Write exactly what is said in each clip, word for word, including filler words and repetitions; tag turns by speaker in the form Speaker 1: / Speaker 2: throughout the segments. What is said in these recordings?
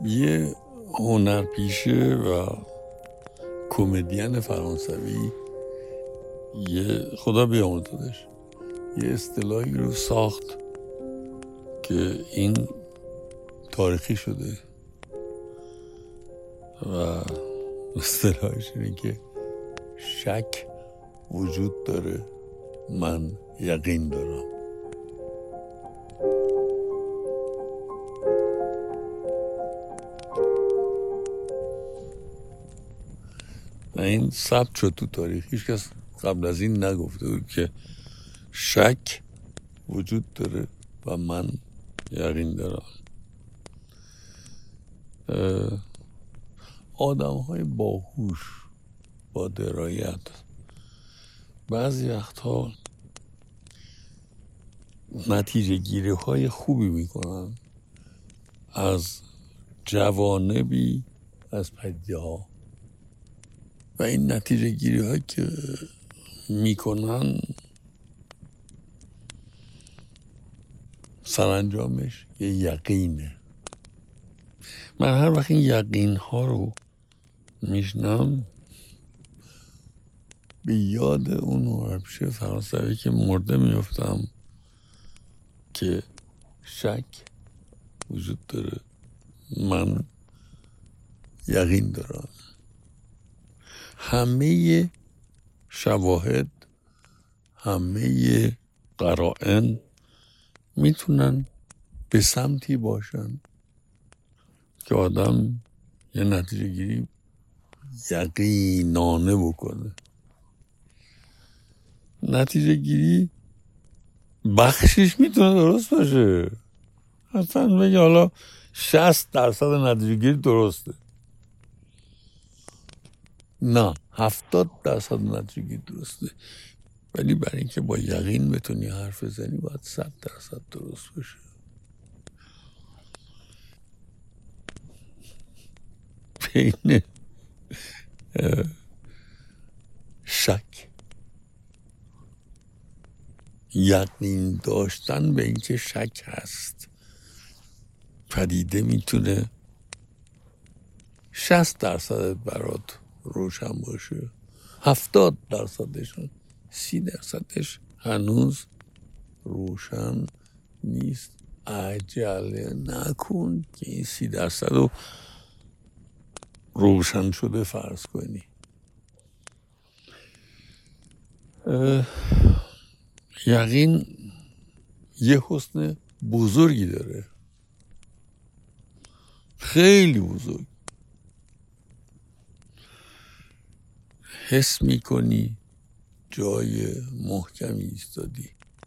Speaker 1: یه هنرپیشه و کمدین فرانسوی یه خدا بیامرزدش یه اصطلاحی رو ساخت که این تاریخی شده و اصطلاحش اینه که شک وجود داره، من یقین دارم. و این ثبت شد تو تاریخ. هیچ کس قبل از این نگفته بود که شک وجود داره و من یقین دارم. آدم های باهوش با درایت بعضی وقتها نتیجه گیری های خوبی میکنن از جوانبی از پدیده ها و این نتیجه گیری هایی که میکنن سرانجامش یه یقینه. من هر وقت این یقین ها رو میشنم به یاد اون هنرپیشه فرانسوی که مرده میفتم که شک وجود داره، من یقین دارم. همه شواهد، همه قرائن میتونن به سمتی باشن که آدم یه نتیجه گیری یقینانه بکنه. نتیجه گیری بخشش میتونه درست باشه، اصلا بگه حالا شصت درصد نتیجه گیری درسته، نه هفتاد درصد نتیجه گیری درسته، ولی برای اینکه با یقین بتونی حرف بزنی باید صد درصد درست باشه. بین شک یقین داشتن به اینکه شک هست، پدیده میتونه شصت درصد برات روشن باشه، هفتاد درصدش، سی درصدش هنوز روشن نیست. عجله نکن که این سی درصد رو روشن شده فرض کنی. یقین یه حسن بزرگی داره، خیلی بزرگ. حس میکنی جای محکمی ایستادی،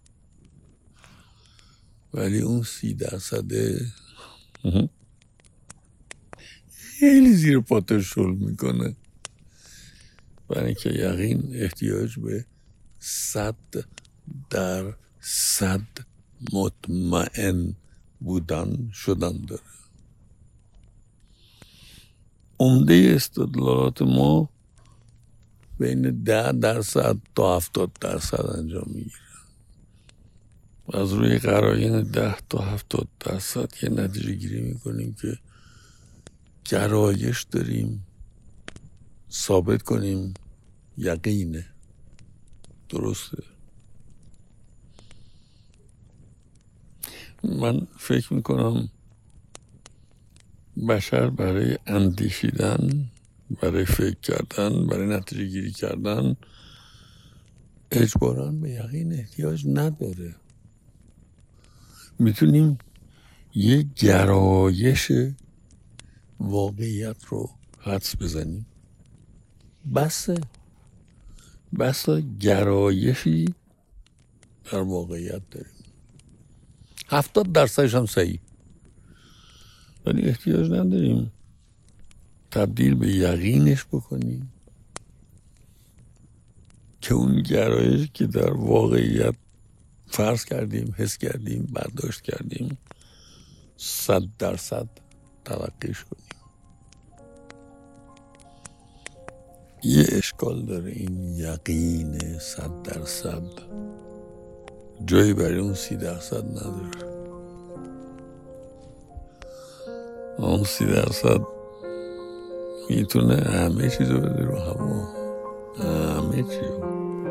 Speaker 1: ولی اون سی درصده خیلی زیر پاتر شل میکنه، برای اینکه یقین احتیاج به صد در صد مطمئن بودن شدن داره. عمده استدلالات ما بین ده درصد تا هفتاد درصد انجام میگیره. از روی قرائن ده تا هفتاد درصد یه نتیجه گیری میکنیم که گرایش داریم ثابت کنیم یقینه، درسته. من فکر میکنم بشر برای اندیشیدن، برای فکر کردن، برای نتیجه گیری کردن اجباراً به یقین احتیاج نداره. میتونیم یه گرایش واقعیت رو حدس بزنیم، بسه بسا گرایشی در واقعیت داریم، هفتاد درصدش هم صحیح، ولی احتیاج نداریم تبدیل به یقینش بکنیم که اون گرایش که در واقعیت فرض کردیم، حس کردیم، برداشت کردیم، صد درصد تلقیش کنیم. یه اشکال داره این یقین صد درصد، جایی برای اون سی درصد نداره. اون سی درصد میتونه همه چیزو بده رو هوا، همه چیزو.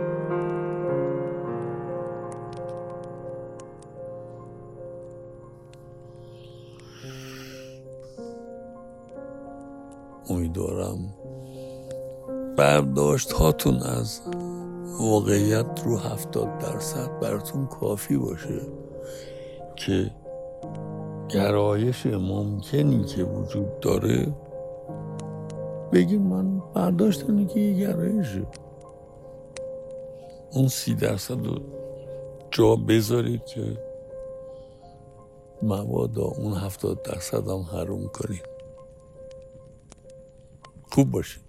Speaker 1: امیدوارم برداشت هاتون از واقعیت رو هفتاد درصد براتون کافی باشه که گرایش ممکنی که وجود داره بگیم من برداشت اینه که یه گرایشه. اون سی درصد رو جا بذارید که مبادا اون هفتاد درصد هم حروم کنید. خوب باشید.